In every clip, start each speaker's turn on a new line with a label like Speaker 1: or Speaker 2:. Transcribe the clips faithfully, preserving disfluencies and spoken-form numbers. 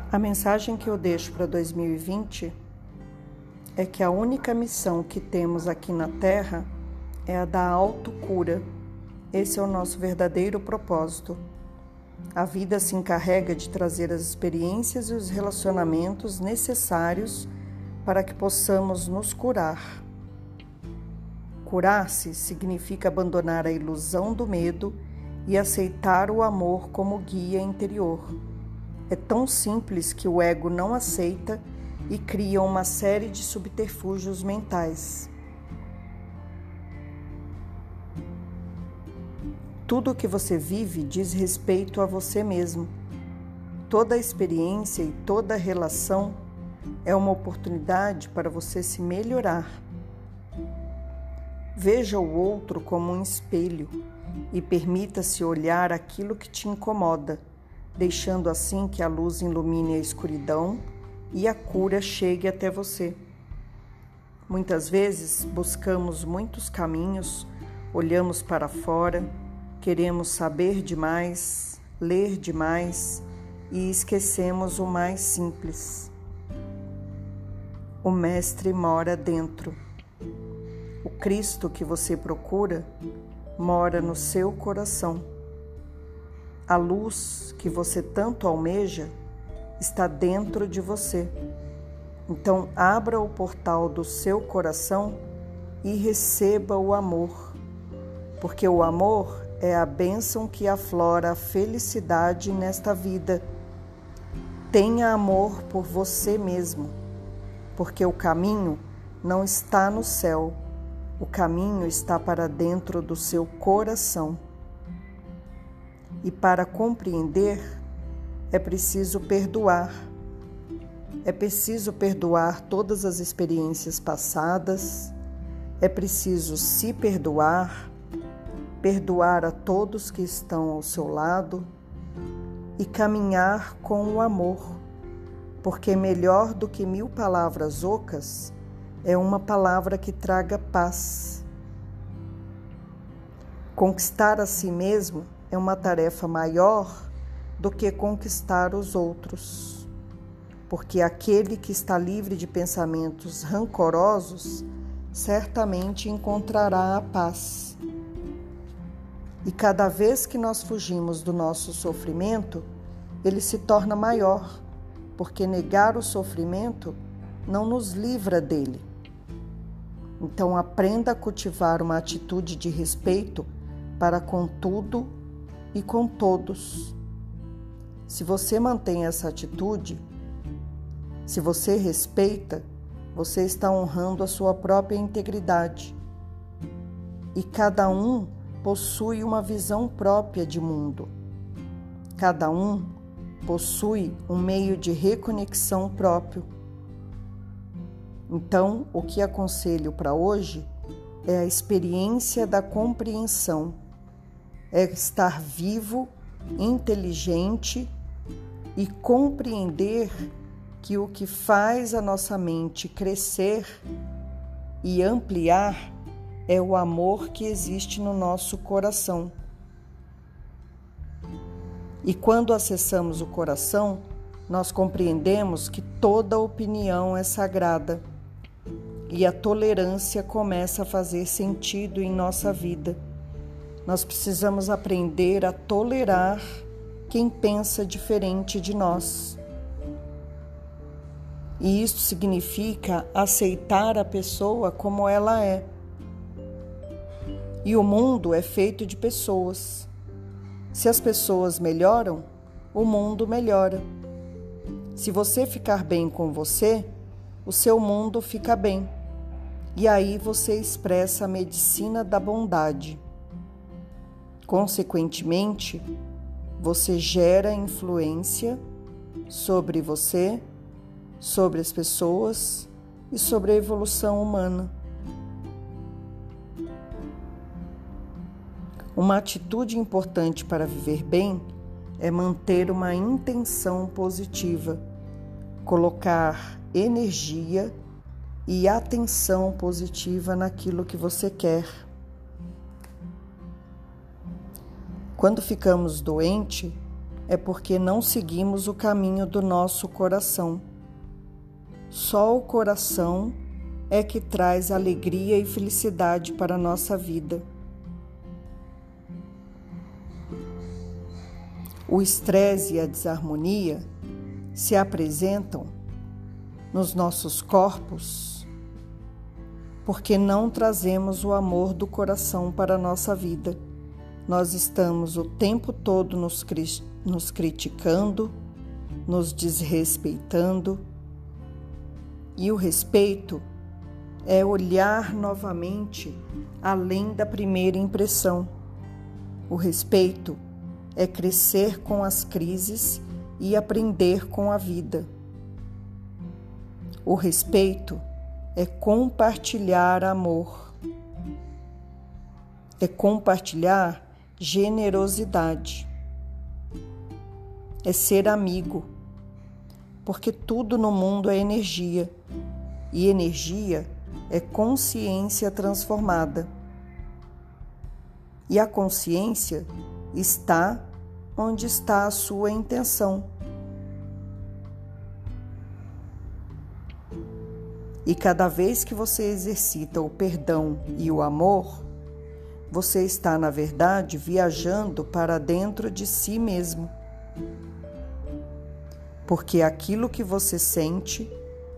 Speaker 1: A mensagem que eu deixo para dois mil e vinte é que a única missão que temos aqui na Terra é a da autocura. Esse é o nosso verdadeiro propósito. A vida se encarrega de trazer as experiências e os relacionamentos necessários para que possamos nos curar. Curar-se significa abandonar a ilusão do medo e aceitar o amor como guia interior. É tão simples que o ego não aceita e cria uma série de subterfúgios mentais. Tudo o que você vive diz respeito a você mesmo. Toda experiência e toda relação é uma oportunidade para você se melhorar. Veja o outro como um espelho e permita-se olhar aquilo que te incomoda, deixando assim que a luz ilumine a escuridão e a cura chegue até você. Muitas vezes buscamos muitos caminhos, olhamos para fora, queremos saber demais, ler demais e esquecemos o mais simples. O Mestre mora dentro. O Cristo que você procura mora no seu coração. A luz que você tanto almeja está dentro de você. Então, abra o portal do seu coração e receba o amor, porque o amor é a bênção que aflora a felicidade nesta vida. Tenha amor por você mesmo, porque o caminho não está no céu, o caminho está para dentro do seu coração. E para compreender, é preciso perdoar. É preciso perdoar todas as experiências passadas, é preciso se perdoar, perdoar a todos que estão ao seu lado e caminhar com o amor, porque melhor do que mil palavras ocas é uma palavra que traga paz. Conquistar a si mesmo é uma tarefa maior do que conquistar os outros, porque aquele que está livre de pensamentos rancorosos certamente encontrará a paz. E cada vez que nós fugimos do nosso sofrimento, ele se torna maior, porque negar o sofrimento não nos livra dele. Então aprenda a cultivar uma atitude de respeito para com tudo e com todos. Se você mantém essa atitude, se você respeita, você está honrando a sua própria integridade. E cada um possui uma visão própria de mundo. Cada um possui um meio de reconexão próprio. Então, o que aconselho para hoje é a experiência da compreensão. É estar vivo, inteligente e compreender que o que faz a nossa mente crescer e ampliar é o amor que existe no nosso coração. E quando acessamos o coração, nós compreendemos que toda opinião é sagrada e a tolerância começa a fazer sentido em nossa vida. Nós precisamos aprender a tolerar quem pensa diferente de nós. E isso significa aceitar a pessoa como ela é. E o mundo é feito de pessoas. Se as pessoas melhoram, o mundo melhora. Se você ficar bem com você, o seu mundo fica bem. E aí você expressa a medicina da bondade. Consequentemente, você gera influência sobre você, sobre as pessoas e sobre a evolução humana. Uma atitude importante para viver bem é manter uma intenção positiva, colocar energia e atenção positiva naquilo que você quer. Quando ficamos doentes, é porque não seguimos o caminho do nosso coração. Só o coração é que traz alegria e felicidade para a nossa vida. O estresse e a desarmonia se apresentam nos nossos corpos porque não trazemos o amor do coração para a nossa vida. Nós estamos o tempo todo nos, cri- nos criticando, nos desrespeitando. E o respeito é olhar novamente além da primeira impressão. O respeito é crescer com as crises e aprender com a vida. O respeito é compartilhar amor. É compartilhar generosidade. É ser amigo. Porque tudo no mundo é energia. E energia é consciência transformada. E a consciência está onde está a sua intenção. E cada vez que você exercita o perdão e o amor, você está, na verdade, viajando para dentro de si mesmo. Porque aquilo que você sente,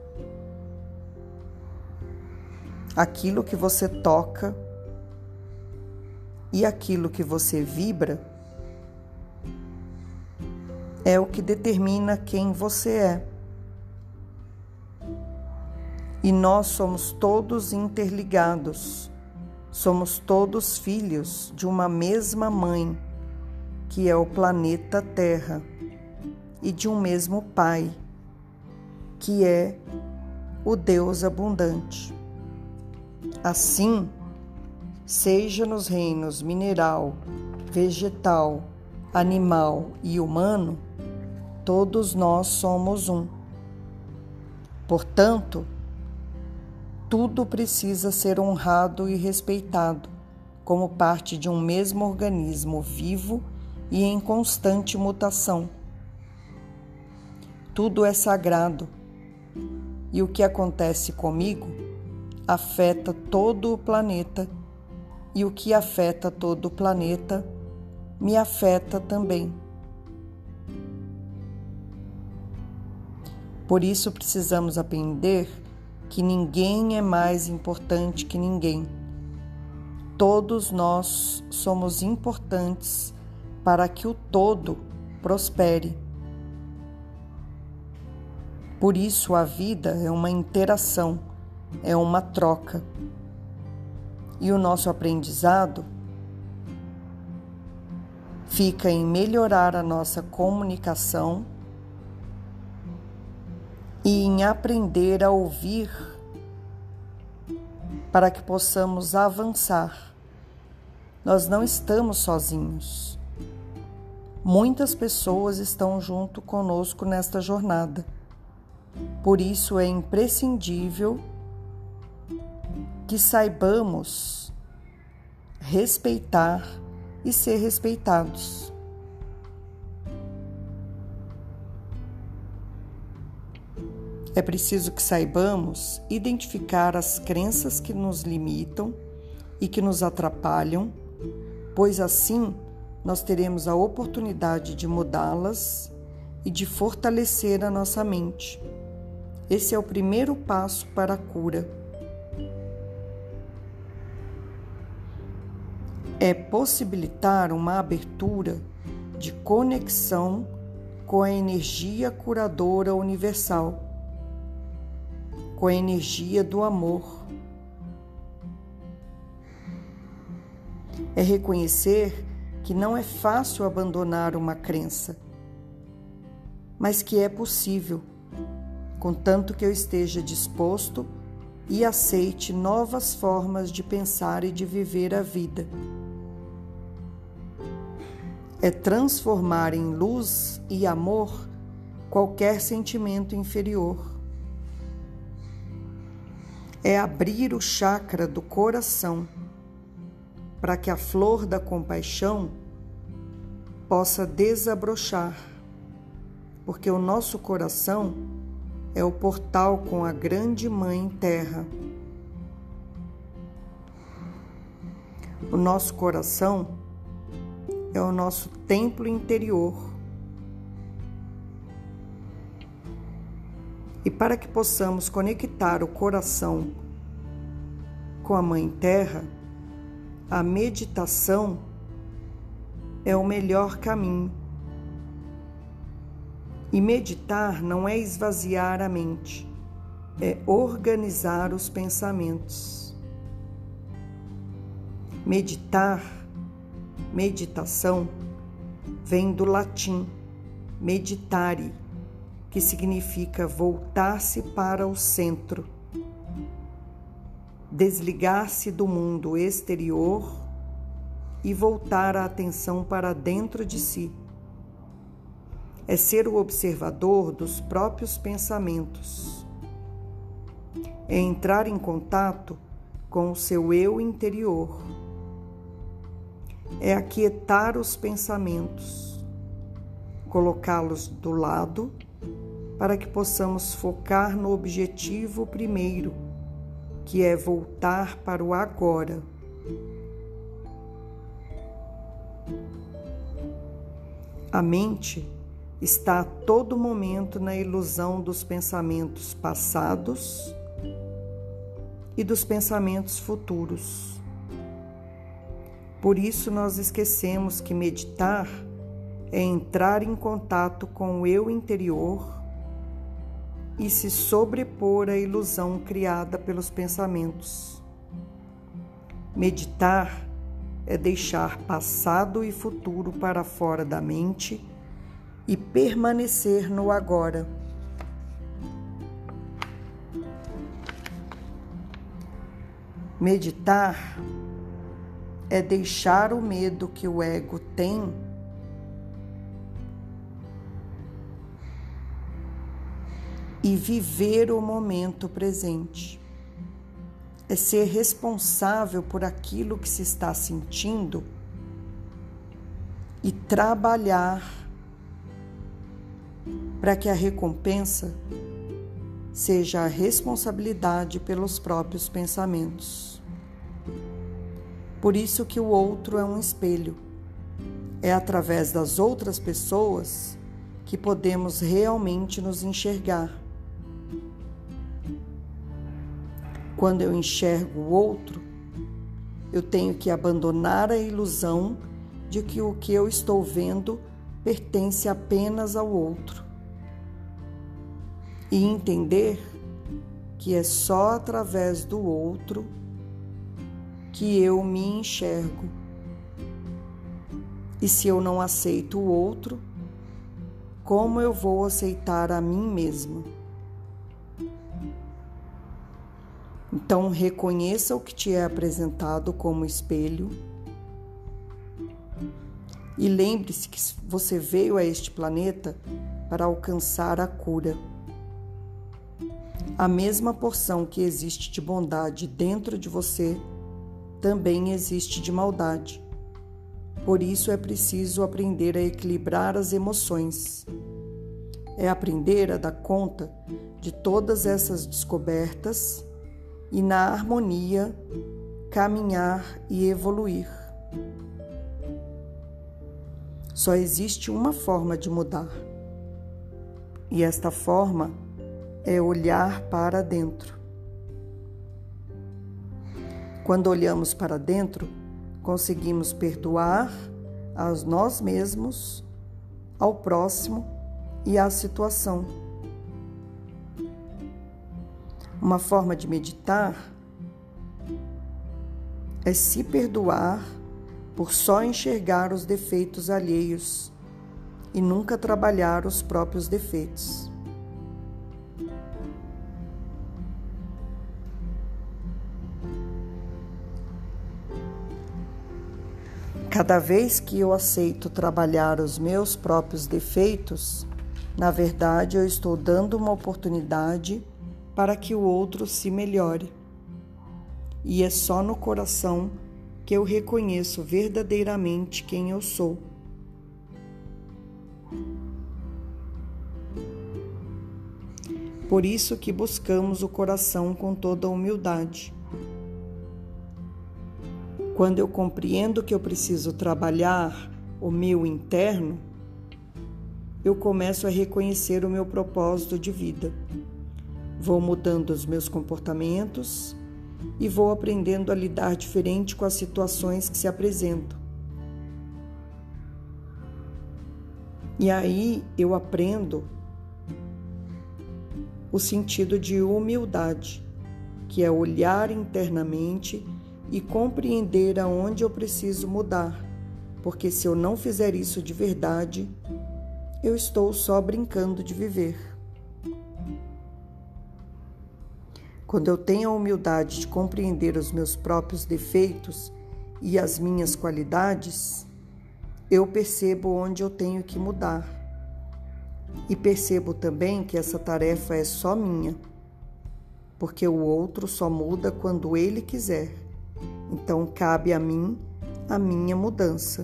Speaker 1: aquilo que você toca e aquilo que você vibra é o que determina quem você é. E nós somos todos interligados, somos todos filhos de uma mesma mãe, que é o planeta Terra, e de um mesmo Pai, que é o Deus abundante. Assim, seja nos reinos mineral, vegetal, animal e humano, todos nós somos um. Portanto, tudo precisa ser honrado e respeitado como parte de um mesmo organismo vivo e em constante mutação. Tudo é sagrado e o que acontece comigo afeta todo o planeta e o que afeta todo o planeta me afeta também. Por isso precisamos aprender que ninguém é mais importante que ninguém. Todos nós somos importantes para que o todo prospere. Por isso a vida é uma interação, é uma troca. E o nosso aprendizado fica em melhorar a nossa comunicação e em aprender a ouvir para que possamos avançar. Nós não estamos sozinhos. Muitas pessoas estão junto conosco nesta jornada. Por isso é imprescindível que saibamos respeitar e ser respeitados. É preciso que saibamos identificar as crenças que nos limitam e que nos atrapalham, pois assim nós teremos a oportunidade de mudá-las e de fortalecer a nossa mente. Esse é o primeiro passo para a cura. É possibilitar uma abertura de conexão com a energia curadora universal, com a energia do amor. É reconhecer que não é fácil abandonar uma crença, mas que é possível, contanto que eu esteja disposto e aceite novas formas de pensar e de viver a vida. É transformar em luz e amor qualquer sentimento inferior. É abrir o chakra do coração para que a flor da compaixão possa desabrochar, porque o nosso coração é o portal com a grande Mãe Terra. O nosso coração é o nosso templo interior. E para que possamos conectar o coração com a Mãe Terra, a meditação é o melhor caminho. E meditar não é esvaziar a mente, é organizar os pensamentos. Meditar, meditação, vem do latim meditare, que significa voltar-se para o centro, desligar-se do mundo exterior e voltar a atenção para dentro de si. É ser o observador dos próprios pensamentos. É entrar em contato com o seu eu interior. É aquietar os pensamentos, colocá-los do lado para que possamos focar no objetivo primeiro, que é voltar para o agora. A mente está a todo momento na ilusão dos pensamentos passados e dos pensamentos futuros. Por isso nós esquecemos que meditar é entrar em contato com o eu interior e se sobrepor à ilusão criada pelos pensamentos. Meditar é deixar passado e futuro para fora da mente e permanecer no agora. Meditar é deixar o medo que o ego tem e viver o momento presente. É ser responsável por aquilo que se está sentindo e trabalhar para que a recompensa seja a responsabilidade pelos próprios pensamentos. Por isso que o outro é um espelho. É através das outras pessoas que podemos realmente nos enxergar. Quando eu enxergo o outro, eu tenho que abandonar a ilusão de que o que eu estou vendo pertence apenas ao outro e entender que é só através do outro que eu me enxergo. E se eu não aceito o outro, como eu vou aceitar a mim mesma? Então, reconheça o que te é apresentado como espelho e lembre-se que você veio a este planeta para alcançar a cura. A mesma porção que existe de bondade dentro de você também existe de maldade. Por isso é preciso aprender a equilibrar as emoções. É aprender a dar conta de todas essas descobertas e, na harmonia, caminhar e evoluir. Só existe uma forma de mudar. E esta forma é olhar para dentro. Quando olhamos para dentro, conseguimos perdoar a nós mesmos, ao próximo e à situação. Uma forma de meditar é se perdoar por só enxergar os defeitos alheios e nunca trabalhar os próprios defeitos. Cada vez que eu aceito trabalhar os meus próprios defeitos, na verdade eu estou dando uma oportunidade para que o outro se melhore. E é só no coração que eu reconheço verdadeiramente quem eu sou. Por isso que buscamos o coração com toda a humildade. Quando eu compreendo que eu preciso trabalhar o meu interno, eu começo a reconhecer o meu propósito de vida. Vou mudando os meus comportamentos e vou aprendendo a lidar diferente com as situações que se apresentam. E aí eu aprendo o sentido de humildade, que é olhar internamente e compreender aonde eu preciso mudar, porque se eu não fizer isso de verdade, eu estou só brincando de viver. Quando eu tenho a humildade de compreender os meus próprios defeitos e as minhas qualidades, eu percebo onde eu tenho que mudar. E percebo também que essa tarefa é só minha, porque o outro só muda quando ele quiser. Então, cabe a mim a minha mudança.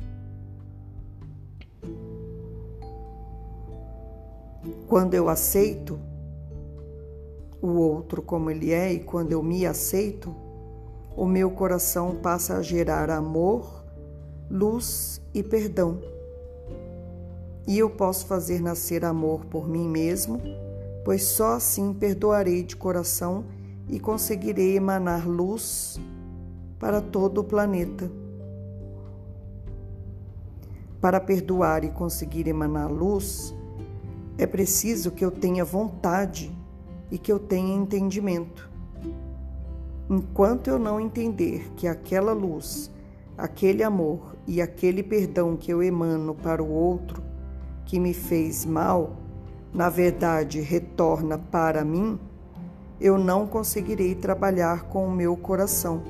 Speaker 1: Quando eu aceito o outro como ele é e quando eu me aceito, o meu coração passa a gerar amor, luz e perdão. E eu posso fazer nascer amor por mim mesmo, pois só assim perdoarei de coração e conseguirei emanar luz para todo o planeta. Para perdoar e conseguir emanar luz, é preciso que eu tenha vontade e que eu tenha entendimento. Enquanto eu não entender que aquela luz, aquele amor e aquele perdão que eu emano para o outro que me fez mal, na verdade retorna para mim, eu não conseguirei trabalhar com o meu coração.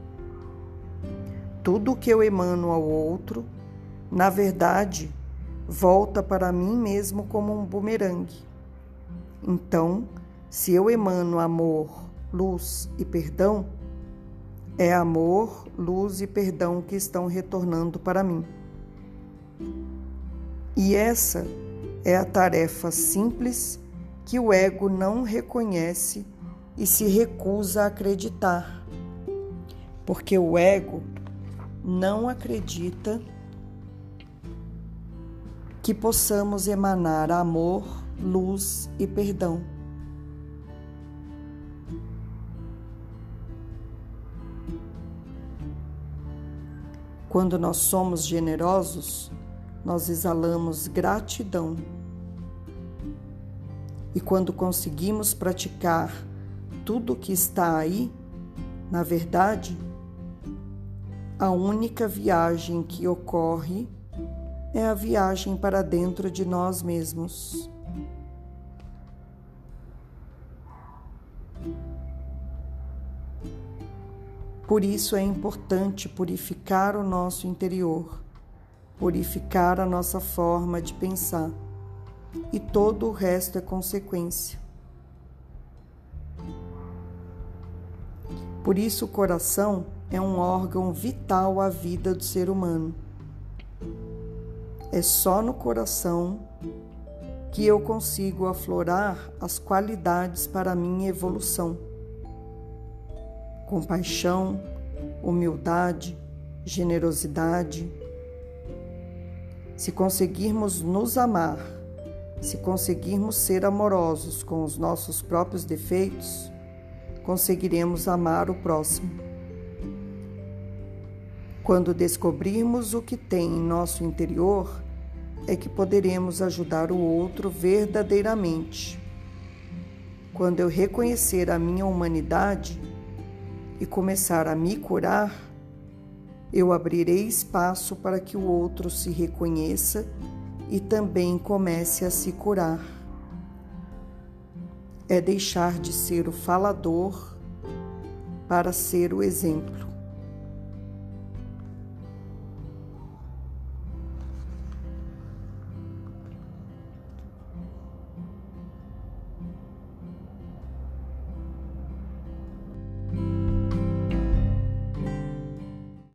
Speaker 1: Tudo que eu emano ao outro, na verdade, volta para mim mesmo como um bumerangue. Então, se eu emano amor, luz e perdão, é amor, luz e perdão que estão retornando para mim. E essa é a tarefa simples que o ego não reconhece e se recusa a acreditar, porque o ego não acredita que possamos emanar amor, luz e perdão. Quando nós somos generosos, nós exalamos gratidão. E quando conseguimos praticar tudo o que está aí, na verdade, a única viagem que ocorre é a viagem para dentro de nós mesmos. Por isso é importante purificar o nosso interior, purificar a nossa forma de pensar, e todo o resto é consequência. Por isso o coração é um órgão vital à vida do ser humano. É só no coração que eu consigo aflorar as qualidades para a minha evolução. Compaixão, humildade, generosidade. Se conseguirmos nos amar, se conseguirmos ser amorosos com os nossos próprios defeitos, conseguiremos amar o próximo. Quando descobrirmos o que tem em nosso interior, é que poderemos ajudar o outro verdadeiramente. Quando eu reconhecer a minha humanidade e começar a me curar, eu abrirei espaço para que o outro se reconheça e também comece a se curar. É deixar de ser o falador para ser o exemplo.